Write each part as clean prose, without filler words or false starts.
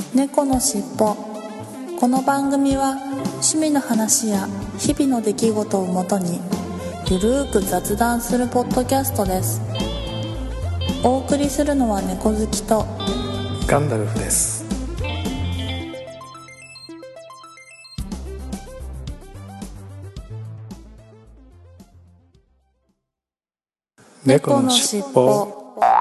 猫のしっぽ。この番組は趣味の話や日々の出来事をもとにゆるーく雑談するポッドキャストです。お送りするのは猫好きとガンダルフです。 猫のしっぽ。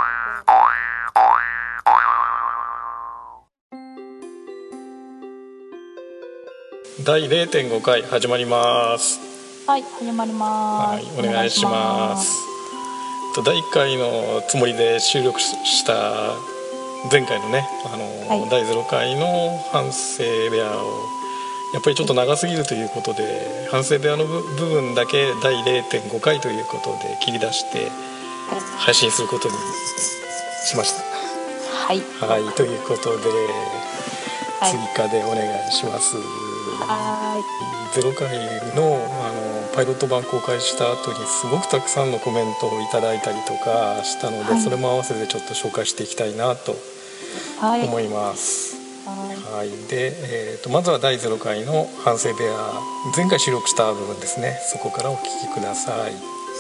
第 0.5 回始まります。 はい、始まります。 はい、お願いします。第1回のつもりで収録した前回のね、第0回の反省部屋をやっぱりちょっと長すぎるということで、反省部屋の部分だけ第 0.5 回ということで切り出して配信することにしました。 はい、 はい、ということで、追加でお願いします。0回のパイロット版公開した後にすごくたくさんのコメントをいただいたりとかしたので、それも合わせてちょっと紹介していきたいなと思います。はい、で、まずは第0回の反省部屋、前回収録した部分ですね。そこからお聞きください。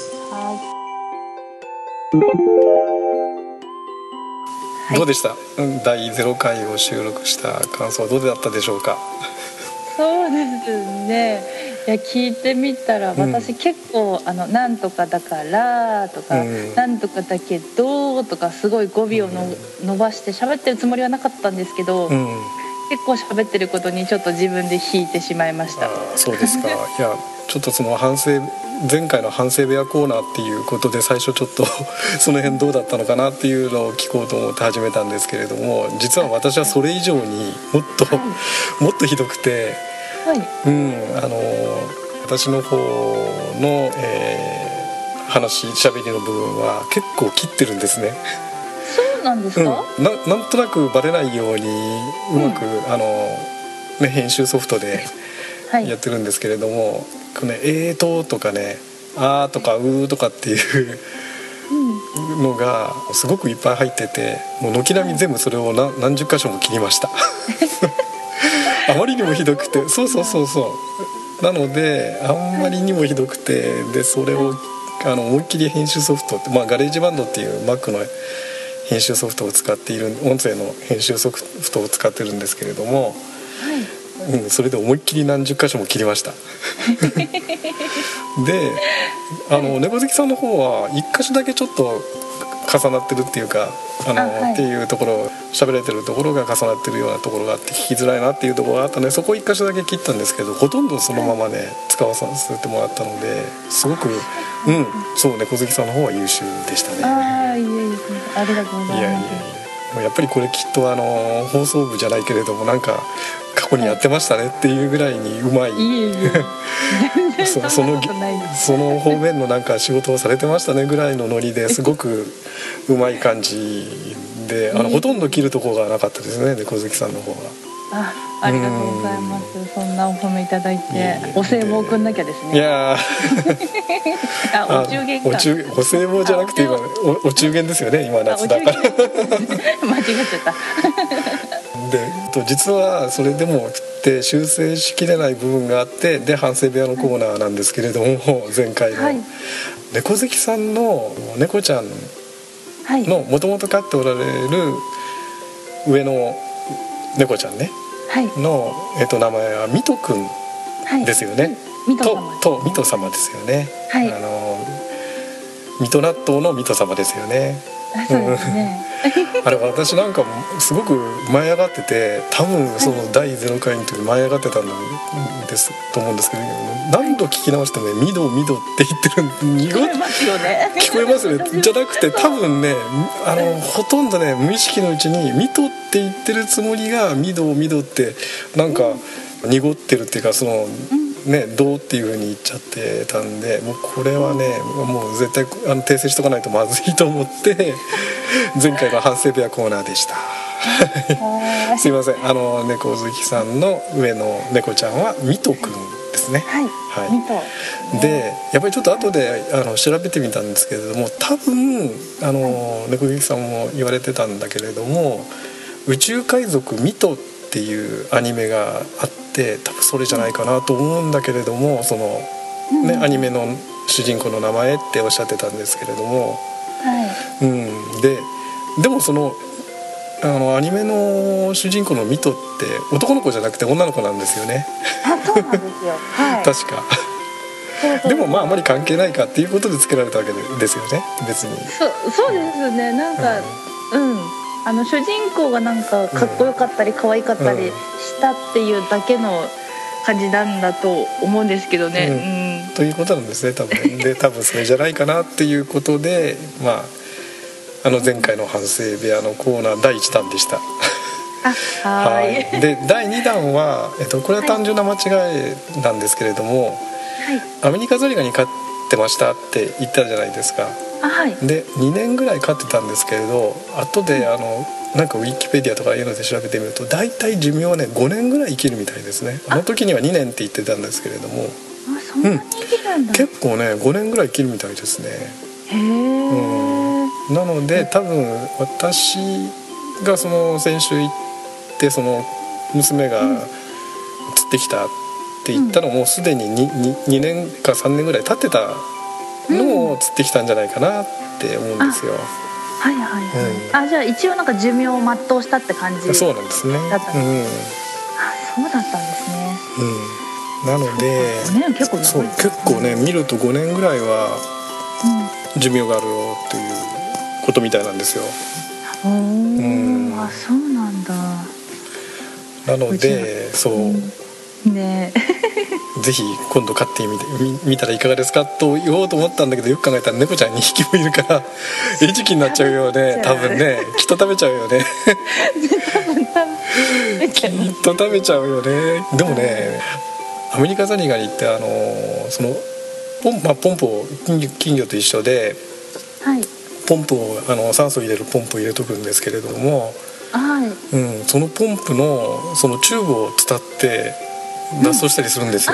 どうでした？第0回を収録した感想はどうだったでしょうか？ そうですね。いや、聞いてみたら私結構なんとかだからとか、なんとかだけどとかすごい語尾を伸ばして喋ってるつもりはなかったんですけど、結構喋ってることにちょっと自分で引いてしまいました。 そうですか。いや、ちょっとその前回の反省部屋コーナーっていうことで最初ちょっとその辺どうだったのかなっていうのを聞こうと思って始めたんですけれども、実は私はそれ以上にもっとひどくて、私の方の、喋りの部分は結構切ってるんですね。 そうなんですか？ なんとなくバレないようにうまく、編集ソフトでやってるんですけれども、とかね、あーとかうーとかっていうのがすごくいっぱい入ってて、もう軒並み全部それを何十箇所も切りましたあまりにもひどくて、そうなのであんまりにもひどくて、でそれを思いっきり編集ソフトって、ガレージバンドっていう Mac の編集ソフトを使っている、音声の編集ソフトを使ってるんですけれども、それで思いっきり何十箇所も切りましたで、猫好きさんの方は1箇所だけちょっと重なってるっていうか、っていうところ、喋れてるところが重なってるようなところがあって聞きづらいなっていうところがあったので、そこ1箇所だけ切ったんですけど、ほとんどそのままね使わさせてもらったので、すごくそう、猫好きさんの方は優秀でしたね。 ありがとうございます。 やっぱりこれきっと放送部じゃないけれども、なんか過去にやってましたねっていうぐらいにうまいその方面のなんか仕事をされてましたねぐらいのノリですごくうまい感じで、ほとんど切るところがなかったですね、猫好きさんの方は。 ありがとうございます。そんなお褒めいただいて、お歳暮を送んなきゃですね。 いやお中元か。 お歳暮じゃなくて今お中元ですよね、今夏だから間違っちゃったで、実はそれでもって修正しきれない部分があって、で反省部屋のコーナーなんですけれども、前回の猫好きさんの猫ちゃんのもともと飼っておられる上の猫ちゃんね、の、名前はミトくんですよね。ミト様ですよね。ミト納豆のミト様ですよね。 そうですねあれ私なんかすごく舞い上がってて、多分その第0回の時舞い上がってたんですと思うんですけど、何度聞き直してもミドミドって言ってる、 聞こえますよね聞こえますよねじゃなくて、多分ねほとんどね無意識のうちにミトって言ってるつもりがミドミドってなんか濁ってるっていうか、そのどうっていう風に言っちゃってたんで、もうこれはねもう絶対訂正しとかないとまずいと思って前回の反省部屋コーナーでしたすいません。猫好きさんの上の猫ちゃんはミトくんですね。 ミトでやっぱりちょっと後で調べてみたんですけれども、多分猫好きさんも言われてたんだけれども、宇宙海賊ミトっっていうアニメがあって、多分それじゃないかなと思うんだけれども、そのね、アニメの主人公の名前っておっしゃってたんですけれども、でもそのアニメの主人公のミトって男の子じゃなくて女の子なんですよね。 そうなんですよ、はい、 確かでもまああまり関係ないかっていうことでつけられたわけですよね、別に。 そうですね、なんか主人公がなんかかっこよかったり可愛かったりしたっていうだけの感じなんだと思うんですけどね、 ということなんですね、多分。で多分それじゃないかなっていうことで、まあ前回の反省部屋のコーナー第1弾でした。 はい。 で第2弾は、これは単純な間違いなんですけれども、アメリカザリガニ飼ってましたって言ったじゃないですか。で2年ぐらい飼ってたんですけれど、後でなんかウィキペディアとかいうので調べてみると、だいたい寿命はね5年ぐらい生きるみたいですね。あの時には2年って言ってたんですけれども、 そんなに生きるんだ。 結構ね5年ぐらい生きるみたいですね。 へえ。 なので多分私がその先週行ってその娘が釣ってきたって言ったのもすでに 2年か3年ぐらい経ってたのを釣ってきたんじゃないかなって思うんですよ。 じゃあ一応なんか寿命を全うしたって感じだったんですね。 そうなんですね。 そうだったんですね。 なので結構ね見ると5年ぐらいは寿命があるよっていうことみたいなんですよ。 そうなんだ。 なのでぜひ今度飼ってみたらいかがですかと言おうと思ったんだけど、よく考えたら猫ちゃん2匹もいるから餌食になっちゃうよね、多分ね。きっと食べちゃうよねきっと食べちゃうよね。でもね、アメリカザリガニってそのポンプを金魚と一緒で、ポンプを酸素を入れるポンプを入れとくんですけれども、そのポンプのそのチューブを伝って脱走したりするんですよ。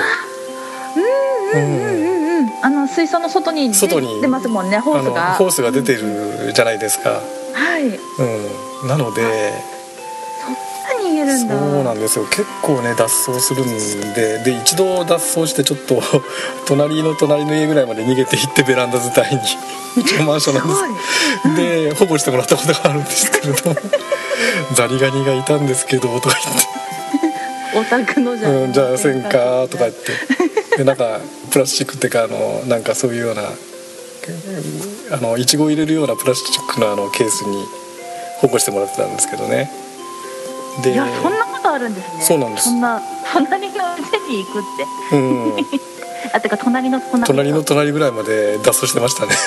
水槽の外に出ますもんね、ホースが出てるじゃないですか。なのでそんなに言えるんだ。 そうなんですよ。結構ね脱走するんで、一度脱走してちょっと隣の家ぐらいまで逃げていって、ベランダ伝いにうちのマンションなんです。で保護してもらったことがあるんですけれどもザリガニがいたんですけどとか言ってお宅のじゃあせんかとか言ってでなんかプラスチックっていうかなんかそういうようなイチゴを入れるようなプラスチックのケースに保護してもらってたんですけどね。 いや、そんなことあるんですね。 そうなんです。 そんな隣の家に行くっててか隣の隣ぐらいまで脱走してましたね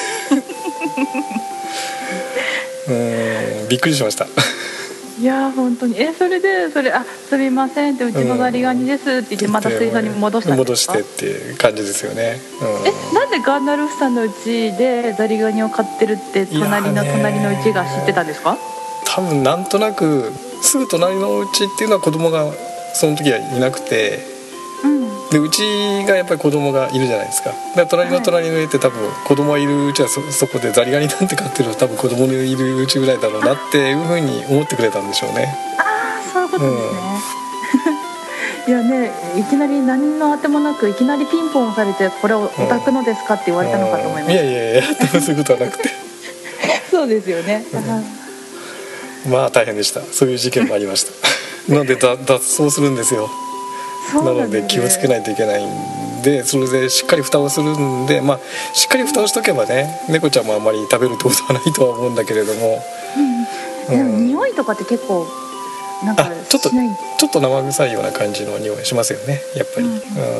びっくりしました。 いや本当にそれすみませんってうちのザリガニですって言ってまた水槽に戻したんですか？ 戻してっていう感じですよね。 なんでガンナルフさんのうちでザリガニを飼ってるって隣の家が知ってたんですか？ 多分なんとなくすぐ隣のお家っていうのは子供がその時はいなくて、でうちがやっぱり子供がいるじゃないですか。で隣の家って多分子供がいるうちはそこでザリガニなんて飼ってると多分子供のいるうちぐらいだろうなっていうふうに思ってくれたんでしょうね。 そういうことですね、いやね、いきなり何のあてもなくいきなりピンポンされてこれお宅のですかって言われたのかと思います。 いや多分そういうことはなくてそうですよね、 まあ大変でした。そういう事件もありましたなので脱走するんですよ。なので気をつけないといけないんで、それでしっかり蓋をするんで、しっかり蓋をしとけばね、猫ちゃんもあんまり食べるってことはないとは思うんだけれども、 でも匂いとかって結構なんかちょっと生臭いような感じの匂いしますよね、やっぱり。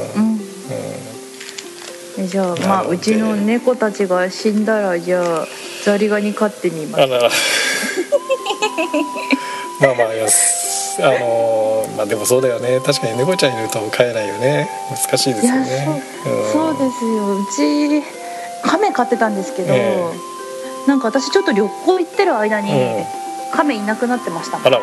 じゃあうちの猫たちが死んだらじゃあザリガニ飼ってみます。 でもそうだよね。確かに猫ちゃんいると飼えないよね。難しいですよね。 そうですよ。うちカメ飼ってたんですけど、なんか私ちょっと旅行行ってる間にカメいなくなってましたもん。 あら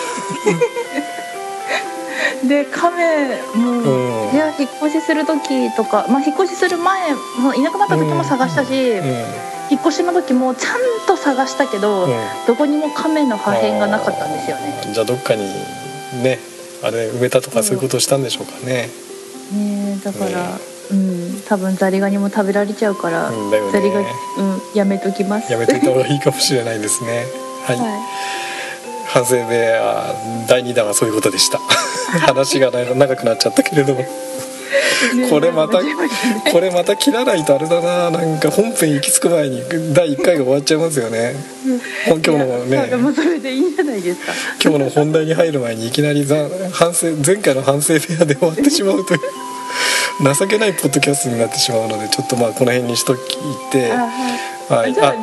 でカメも部屋引っ越しする時とか、引っ越しする前いなくなった時も探したし、引っ越しの時もちゃんと探したけど、どこにもカメの破片がなかったんですよね。 じゃあどっかにねあれ埋めたとかそういうことをしたんでしょうかね。 だから、多分ザリガニも食べられちゃうから、 だよね、 ザリガニ、やめときます。 やめといた方がいいかもしれないですね。はい、反省部屋第2弾はそういうことでした。話が長くなっちゃったけれどもこれまた切らないとあれだな、なんか本編行き着く前に第1回が終わっちゃいますよね。今日のね、 それでいいんじゃないですか。 今日の本題に入る前にいきなり前回の反省部屋で終わってしまうという情けないポッドキャストになってしまうので、ちょっとこの辺にしといて、 はい、じゃあ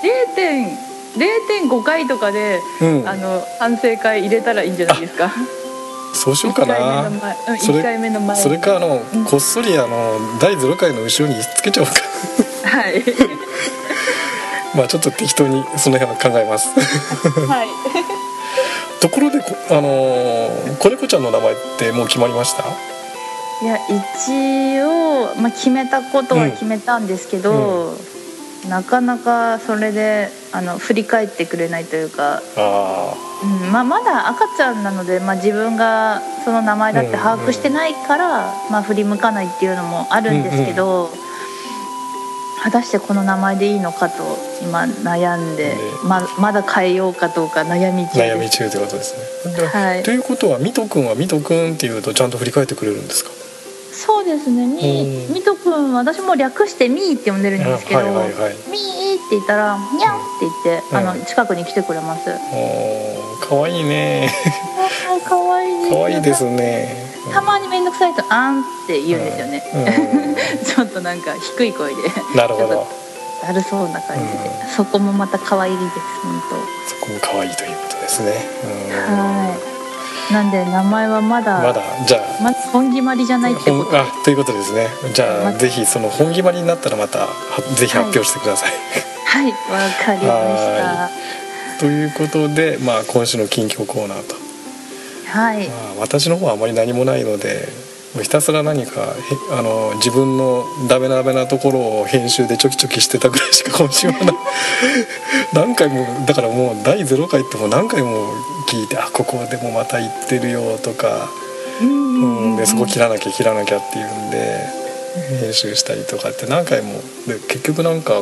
0.5 回とかで、反省会入れたらいいんじゃないですか。 そうしようかな。 1回目の前、 それかこっそり第0回の後ろにつけちゃおうか。 はいちょっと適当にその辺は考えます。 はい。 ところで子猫ちゃんの名前ってもう決まりました？ いや、一応、決めたことは決めたんですけど、なかなかそれで振り返ってくれないというか、まだ赤ちゃんなので、自分がその名前だって把握してないから、振り向かないっていうのもあるんですけど、果たしてこの名前でいいのかと今悩んで、まだ変えようかどうか悩み中ということですね。 はい。 ということはミト君はミト君っていうとちゃんと振り返ってくれるんですか？ そうですね。ミト君、私も略してミーって呼んでるんですけど、ミーって言ったらニャンって言って、近くに来てくれます。 かわいいね。 かわいいです。 かわいいですね。 たまに面倒くさいとあんって言うんですよね。ちょっとなんか低い声で。 なるほど。 だるそうな感じで、そこもまた可愛いです。本当。 そこも可愛いということですね。 はい。なんで名前はまだじゃあ本決まりじゃないってことということですね。じゃあぜひその本決まりになったらまたぜひ発表してください。 はい、わかりました。 ということで、今週の近況コーナーと、私の方はあまり何もないので、ひたすら何か自分のダメなところを編集でちょきちょきしてたぐらいしか今週は何回もだからもう第0回っても何回も聞いて、ここでもまた言ってるよとか、でそこ切らなきゃっていうんで編集したりとかって何回もで、結局なんか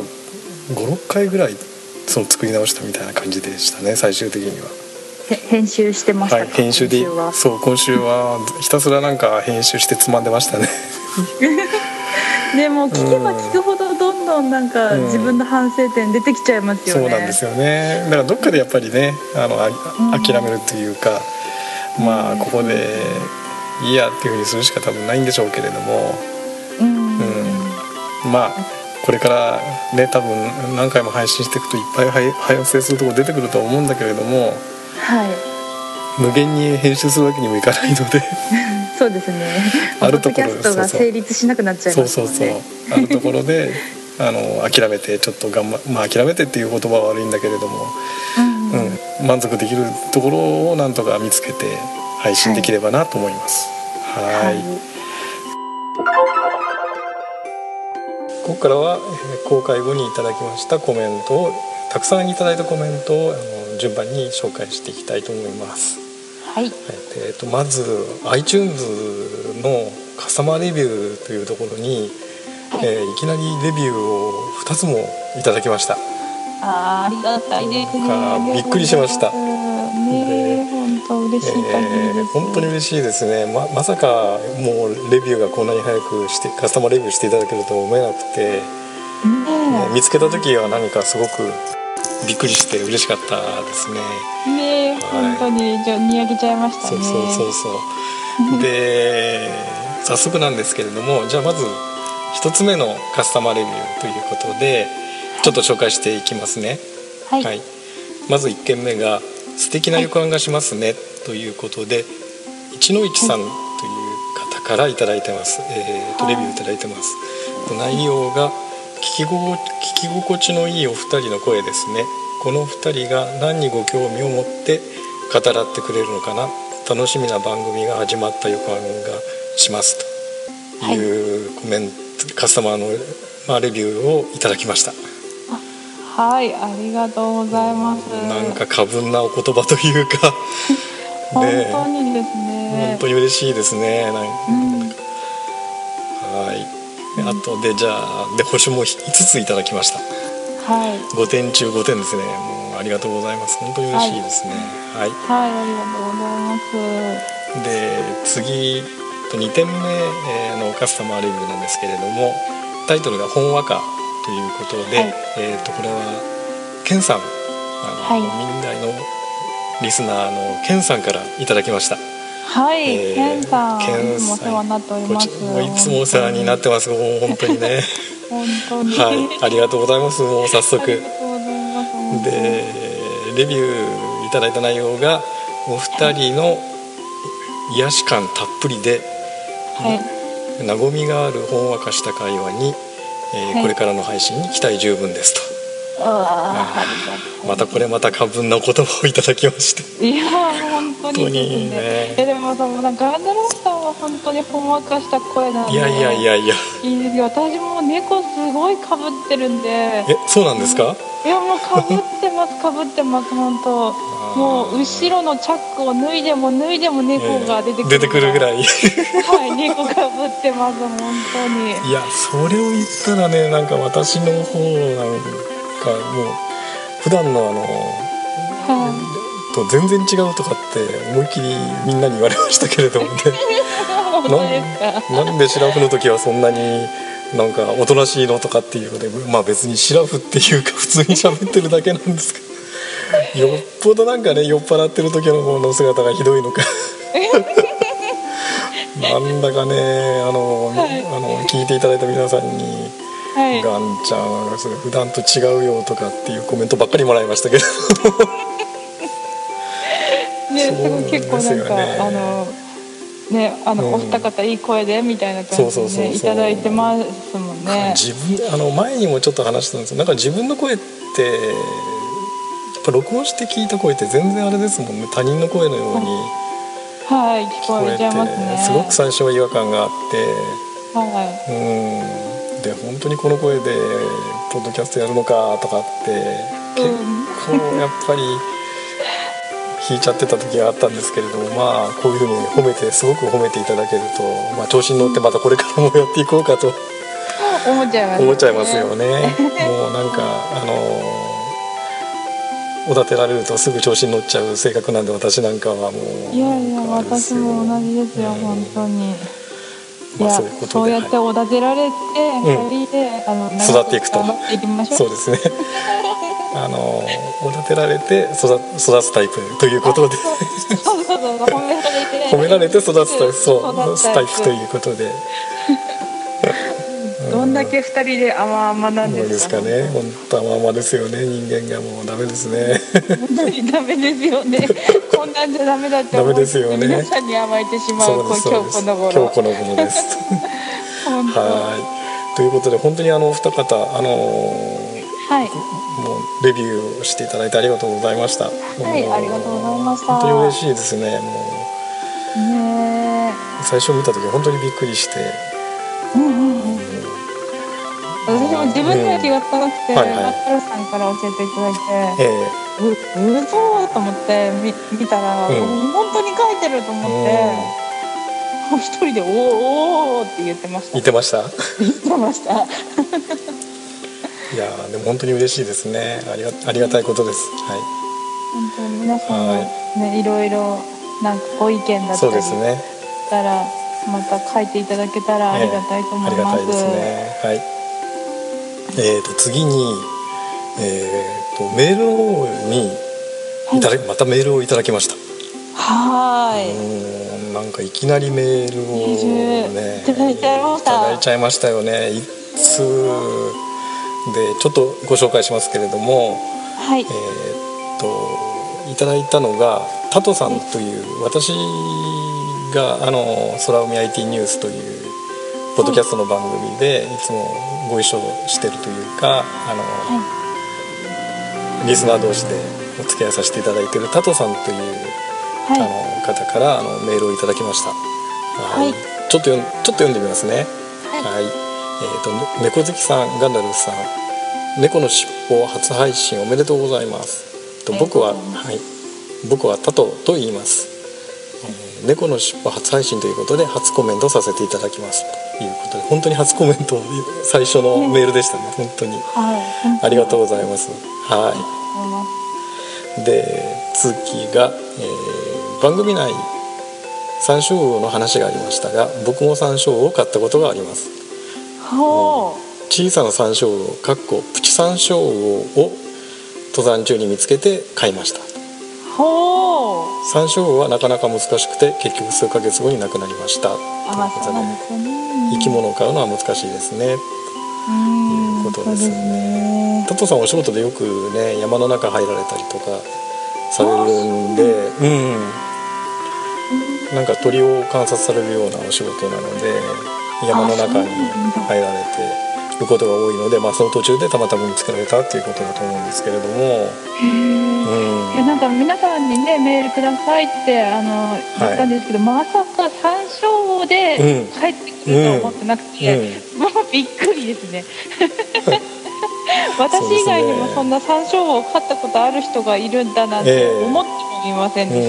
5,6 回ぐらいその作り直したみたいな感じでしたね、最終的には。 編集してましたか？ 編集で今週はひたすらなんか編集してつまんでましたね。 でも聞けば聞くほどどんどんなんか自分の反省点出てきちゃいますよね。 そうなんですよね。だからどっかでやっぱりね諦めるというか、ここでいいやっていう風にするしか多分ないんでしょうけれども、これからね多分何回も配信していくといっぱい反省するところ出てくるとは思うんだけれども、無限に編集するわけにもいかないのでそうですね。あるところポッドキャストが成立しなくなっちゃいますもんね。 あるところで諦めてちょっと諦めてっていう言葉は悪いんだけれども、満足できるところをなんとか見つけて配信できればなと思います。ここからは公開後にいただきましたコメントを、たくさんいただいたコメントを順番に紹介していきたいと思います。まず iTunes のカスタマーレビューというところに、いきなりレビューを2つもいただきました。 ありがたいですね。 びっくりしました。 本当嬉しい限りです。 本当に嬉しいですね。まさかもうレビューがこんなに早くしてカスタマーレビューしていただけるとは思えなくて、見つけた時は何かすごくびっくりして嬉しかったですね。 本当ににやけちゃいましたね。 そうで早速なんですけれども、じゃあまず1つ目のカスタマーレビューということでちょっと紹介していきますね。まず1件目が素敵な予感がしますねということで、一の市さんという方からいただいてます。レビューいただいてます。内容が聞き心地のいいお二人の声ですね。この二人が何にご興味を持って語らってくれるのかな、楽しみな番組が始まった予感がしますというコメント、カスタマーの、レビューをいただきました。 ありがとうございます。 なんか過分なお言葉というか本当にですね。 本当に嬉しいですね。はい。あとでじゃあで星も5ついただきました。 はい。 5点中5点ですね。もうありがとうございます。本当に嬉しいですね。はい。 はい、ありがとうございます。 で次2点目のカスタマーレビューなんですけれども、タイトルがほんわかということで、これはケンさん、みんなのリスナーのケンさんからいただきました。 はい、ケンさん、いつもお世話になっております。 いつもお世話になってます。もう本当にね本当に、 はい、ありがとうございます。もう早速ありがとうございます。 でレビューいただいた内容がお二人の癒し感たっぷりで、和みがあるほんわかした会話に、これからの配信に期待十分ですと。また過分な言葉をいただきまして、 いや本当にですね。でもさ、なんかガンダロスさんは本当にほんわかした声なんで、 いやいいですよ。私も猫すごい被ってるんで。 そうなんですか？ いやもう被ってます本当。もう後ろのチャックを脱いでも猫が出てくるぐらいはい、猫被ってます本当に。 いやそれを言ったらね、なんか私の方なんかもう普段のと全然違うとかって思いっきりみんなに言われましたけれどもねなんでシラフの時はそんなになんかおとなしいのとかっていうので、まあ別にシラフっていうか普通に喋ってるだけなんですけどよっぽどなんかね、酔っ払ってる時の方の姿がひどいのかなんだかね、聞いていただいた皆さんに、ガンちゃんがそれ普段と違うよとかっていうコメントばっかりもらいましたけどね、結構なんかお二方いい声でみたいな感じでいただいてますもんね。 前にもちょっと話したんですけど、なんか自分の声ってやっぱ録音して聞いた声って全然あれですもんね、他人の声のように聞こえちゃいますね。 すごく最初は違和感があって、で本当にこの声でポッドキャストやるのかとかって結構やっぱり弾いちゃってた時があったんですけれども、まあこういうふうにすごく褒めていただけると、まあ、調子に乗ってまたこれからもやっていこうかと思っちゃいますよね。 もうなんかおだてられるとすぐ調子に乗っちゃう性格なんで、私なんかはもういや私も同じですよ、本当に。そうやっておだてられて育っていくとそうですねおだてられて育つタイプということで褒められて育つタイプということでどんだけ2人で甘々なんですかね。本当甘々ですよね、人間がもうダメですねダメですよねこんなんじゃダメだって思って皆さんに甘えてしまう今日この頃ですはい、ということで本当にお二方もうレビューをしていただいてありがとうございました。 ありがとうございました。 本当に嬉しいですね。最初見た時本当にびっくりして、 私も自分では気がつかなくて、マッロさんから教えていただいて、嘘と思って見たら、本当に書いてると思って、一人でおーって言ってました。 言ってましたいやでも本当に嬉しいですね。ありがたいことです。はい。 本当に皆さんもね、いろいろなんかご意見だったりしたら、また書いていただけたらありがたいと思います。 ありがたいですね。はい。次にメールの方にまたメールをいただきました。なんかいきなりメールをねいただいちゃいましたよね。いつでちょっとご紹介しますけれども、いただいたのがタトさんという、私が空海 IT ニュースというポッドキャストの番組でいつもご一緒してるというかリスナー同士でお付き合いさせていただいているタトさんという、方からメールをいただきました。ちょっと読んでみますね。猫好きさん、ガンダルフさん、猫のしっぽ初配信おめでとうございます。僕はタトと言います。 猫のしっぽ初配信ということで初コメントさせていただきますということで、本当に初コメント最初のメールでしたね。本当に、ありがとうございます。はい。で次が、番組内山椒魚の話がありましたが、僕も山椒魚を買ったことがあります。小さな山椒魚プチ山椒魚を登山中に見つけて買いました。山椒魚はなかなか難しくて結局数ヶ月後に亡くなりました。生き物を飼うのは難しいですね、ということですね。タトさんお仕事でよくね山の中入られたりとかされるんで、なんか鳥を観察されるようなお仕事なので山の中に入られてることが多いので、その途中でたまたま見つけられたっていうことだと思うんですけれども、 なんか皆さんにねメールくださいって言ったんですけど、まさか山椒魚で帰ってくるとは思ってなくて、もうびっくりですね。私以外にもそんな山椒魚を飼ったことある人がいるんだなんて思ってもいませんでした。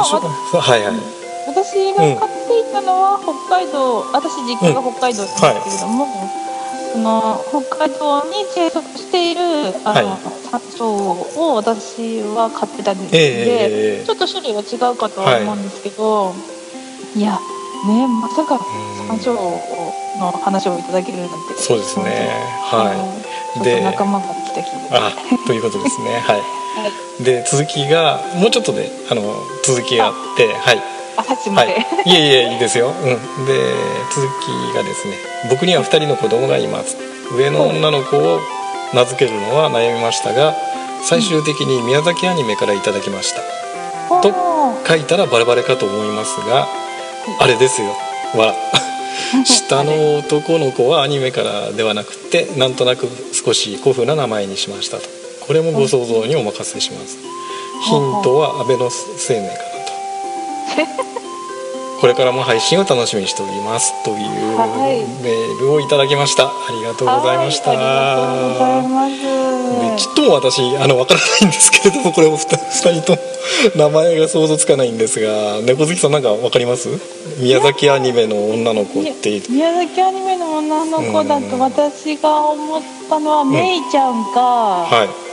私が飼っていたのは北海道、私実家が北海道なんですけれども、その北海道に生息している山椒を私は飼ってたんで、ちょっと種類は違うかとは思うんですけど、いやね、まさか山椒の話をいただけるなんて。 そうですね。 で仲間が来た気がということですね。で続きがもうちょっとで続きがあって、 すいません。 いえいいですよ。で続きがですね、僕には2人の子供がいます。上の女の子を名付けるのは悩みましたが、最終的に宮崎アニメからいただきましたと書いたらバレバレかと思いますが、あれですよ下の男の子はアニメからではなくて、なんとなく少し古風な名前にしましたと。これもご想像にお任せします。ヒントは安倍の生命かなと。これからも配信を楽しみにしておりますというメールをいただきました。ありがとうございました。 ありがとうございます。 ちっとも私わからないんですけれども、これも2人と名前が想像つかないんですが、猫好きさんなんかわかります？宮崎アニメの女の子って。 宮崎アニメの女の子だと私が思ったのはメイちゃんか、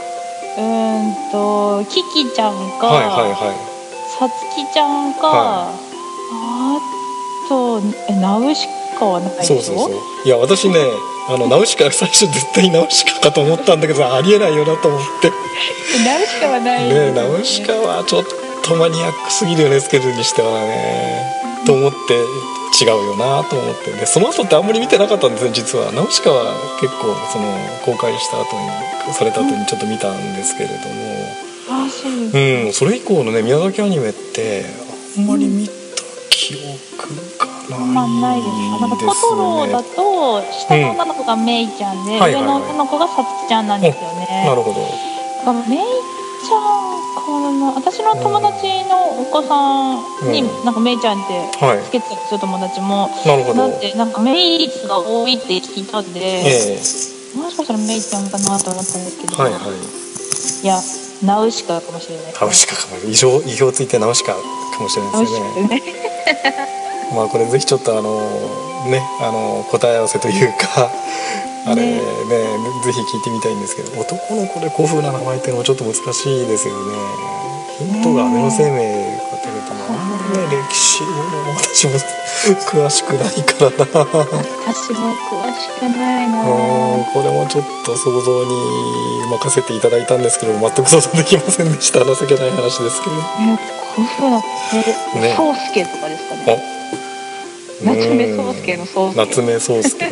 キキちゃんか、さつきちゃんか、あとナウシカはないでしょ。 そういや私ねナウシカ最初絶対ナウシカかと思ったんだけど、ありえないよなと思ってナウシカはないですね。ナウシカはちょっとマニアックすぎるよね、スケジュールにしてはねと思って、違うよなと思って、でその後ってあんまり見てなかったんですね。実はナウシカは結構公開した後にされた後にちょっと見たんですけれども、それ以降のね宮崎アニメってあんまり見た記憶がないですね。 なんかトトロだと下の女の子がメイちゃんで、上の女の子がさつきちゃんなんですよね。 なるほど。 メイちゃん私の友達のお子さんになんかメイちゃんってつけてたんですよ、友達も。 なるほど。 なんかメイ率が多いって聞いたんで、もしかしたらメイちゃんかなと思ったんですけど、いやナウシカかもしれないですね。 ナウシカかも、意表ついてナウシカかもしれないですね。これぜひちょっと答え合わせというかぜひ聞いてみたいんですけど、男の子で古風な名前っていうのもちょっと難しいですよね。ヒントが安倍の生命かというと、あんまりね歴史も私も詳しくないからな。 私も詳しくないな。 これもちょっと想像に任せていただいたんですけど、全く想像できませんでした。情けない話ですけど。 古風な宗介とかですかね。夏目漱石の漱石。 夏目漱石。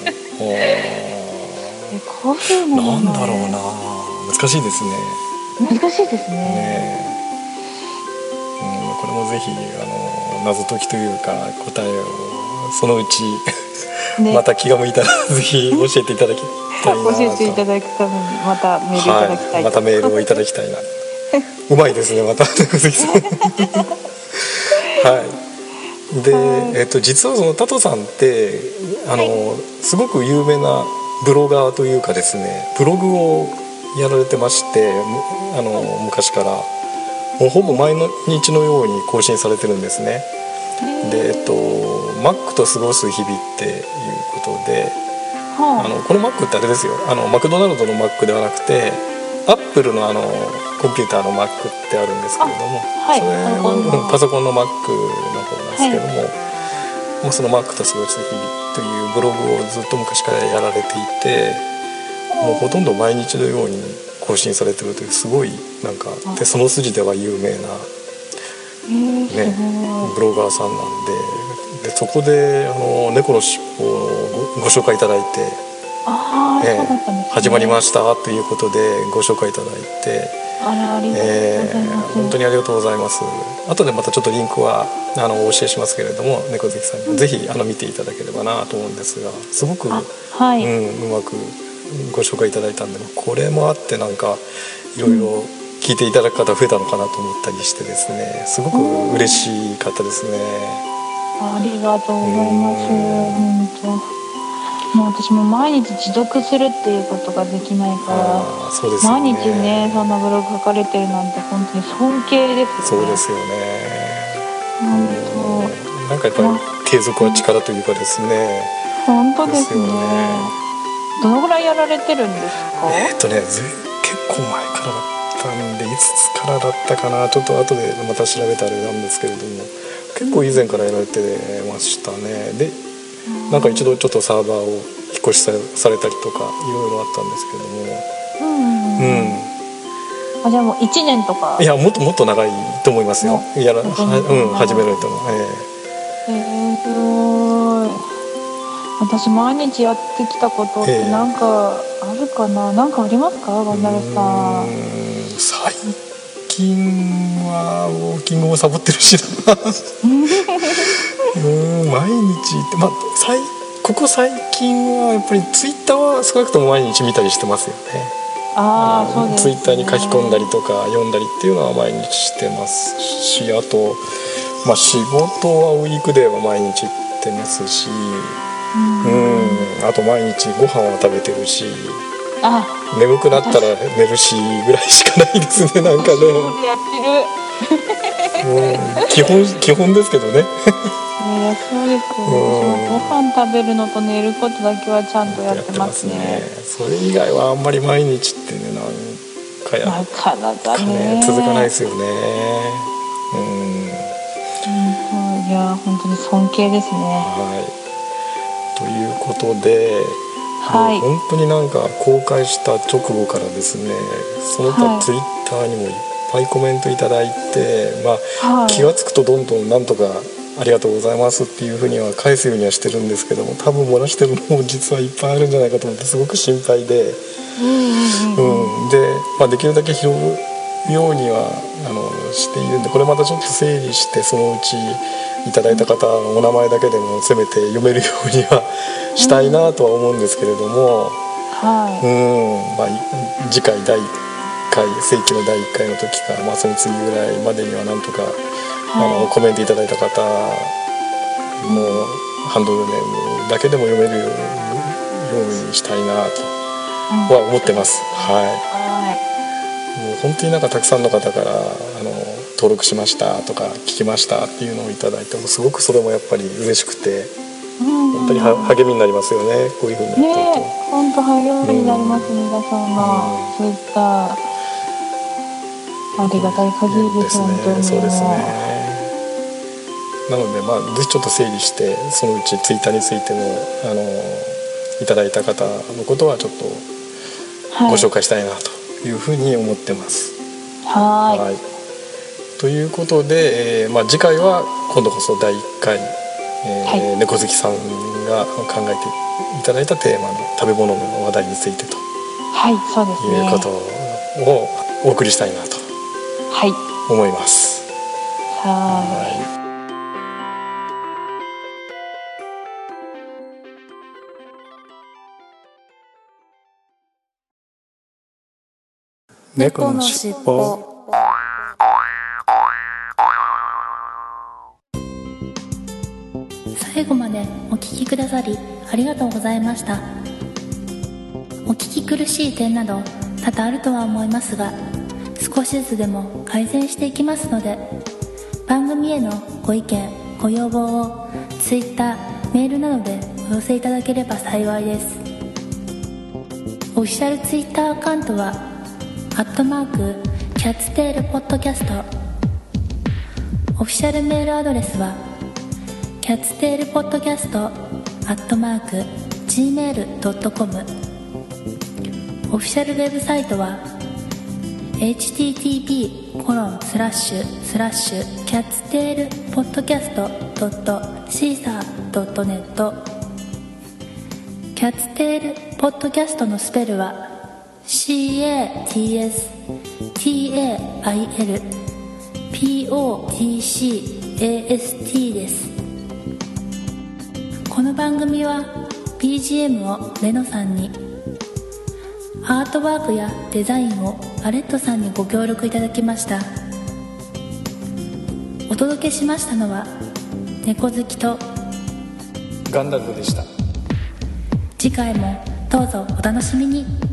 古風な名前。 なんだろうな。難しいですね。 難しいですね。 これもぜひ謎解きというか答えをそのうちまた気が向いたらぜひ教えていただきたいなと。 教えていただくためにまたメールいただきたい。 またメールをいただきたいな。うまいですね、また猫好きさん。で、実はそのタトさんってすごく有名なブロガーというかですね、ブログをやられてまして、昔からもうほぼ毎日のように更新されてるんですね。でマックと過ごす日々っていうことで、このマックってあれですよ、マクドナルドのマックではなくてアップルのコンピューターのマックってあるんですけれども、それはパソコンのマックの方なんですけども、もうそのマックと過ごす日々というブログをずっと昔からやられていて、もうほとんど毎日のように更新されてるという、すごいなんかでその筋では有名な、ね、ブロガーさんなんで、そこで猫のしっぽをご紹介いただいて、始まりましたということでご紹介いただいて、本当にありがとうございます。後でまたちょっとリンクはお教えしますけれども、猫好きさんにぜひ見ていただければなと思うんですが、すごくうまくご紹介いただいたんで、これもあってなんかいろいろ聞いていただく方増えたのかなと思ったりしてですね、すごく嬉しかったですね。 ありがとうございます。本当もう私も毎日自読するっていうことができないから、 そうですよね、 毎日ねそんなブログ書かれてるなんて本当に尊敬ですよね。 そうですよね。なんかやっぱり継続は力というかですね。 本当ですね。どのぐらいやられてるんですか？ 結構前からだったんで、いつからだったかな、ちょっと後でまた調べたあれなんですけれども、結構以前からやられてましたね。でなんか一度ちょっとサーバーを引っ越しされたりとかいろいろあったんですけども、 じゃあもう1年とか？ いやもっと長いと思いますよ。始められたの。 すごい。私毎日やってきたことってなんかあるかな、なんかありますか、ワンダルさん。 最近はウォーキングもサボってるしな毎日って、ここ最近はやっぱりツイッターは少なくとも毎日見たりしてますよね。 そうですね。 ツイッターに書き込んだりとか読んだりっていうのは毎日してますし、あと、仕事はウィークデーは毎日行ってますし、あと毎日ご飯は食べてるし、眠くなったら寝るしぐらいしかないですね。なんかね基本ですけどねそうですよね。ご飯食べるのと寝ることだけはちゃんとやってますね。 それ以外はあんまり毎日ってね、なかなかね続かないですよね。 いや本当に尊敬ですね。 ということで、本当になんか公開した直後からですね、その他ツイッターにもいっぱいコメントいただいて、気が付くとどんどんなんとかありがとうございますっていうふうには返すようにはしてるんですけども、多分漏らしてるのも実はいっぱいあるんじゃないかと思ってすごく心配で、できるだけ拾うようにはしているんで、これまたちょっと整理して、そのうちいただいた方のお名前だけでもせめて読めるようにはしたいなとは思うんですけれども、次回第1回正規の第1回の時か、その次ぐらいまでにはなんとかコメントいただいた方のハンドルネームだけでも読めるようにしたいなとは思ってます。もう本当になんかたくさんの方から登録しましたとか聞きましたっていうのをいただいても、すごくそれもやっぱり嬉しくて、本当に励みになりますよね、こういうふうにやってると。 本当励みになります。皆さんのそういったありがたい限りです。本当にそうですね。なのでぜひちょっと整理して、そのうちツイッターについてもいただいた方のことはちょっとご紹介したいなというふうに思ってます。ということで、次回は今度こそ第1回、猫好きさんが考えていただいたテーマの食べ物の話題についてと、 そうですね、 いうことをお送りしたいなと思います。 猫のしっぽ。最後までお聞きくださりありがとうございました。お聞き苦しい点など多々あるとは思いますが、少少しずつでも改善していきますので、番組へのご意見ご要望を Twitter、メールなどでお寄せいただければ幸いです。オフィシャル Twitter アカウントはキャッツテールポッドキャスト。オフィシャルメールアドレスはキャッツテールポッドキャスト@gmail.com。 オフィシャルウェブサイトは http://catstailpodcast.caesar.net。 キャッツテールポッドキャストのスペルは CATSTAILPODCAST です。この番組は BGM をレノさんに、アートワークやデザインをアレットさんにご協力いただきました。お届けしましたのは猫好きとガンダルフでした。 次回もどうぞお楽しみに。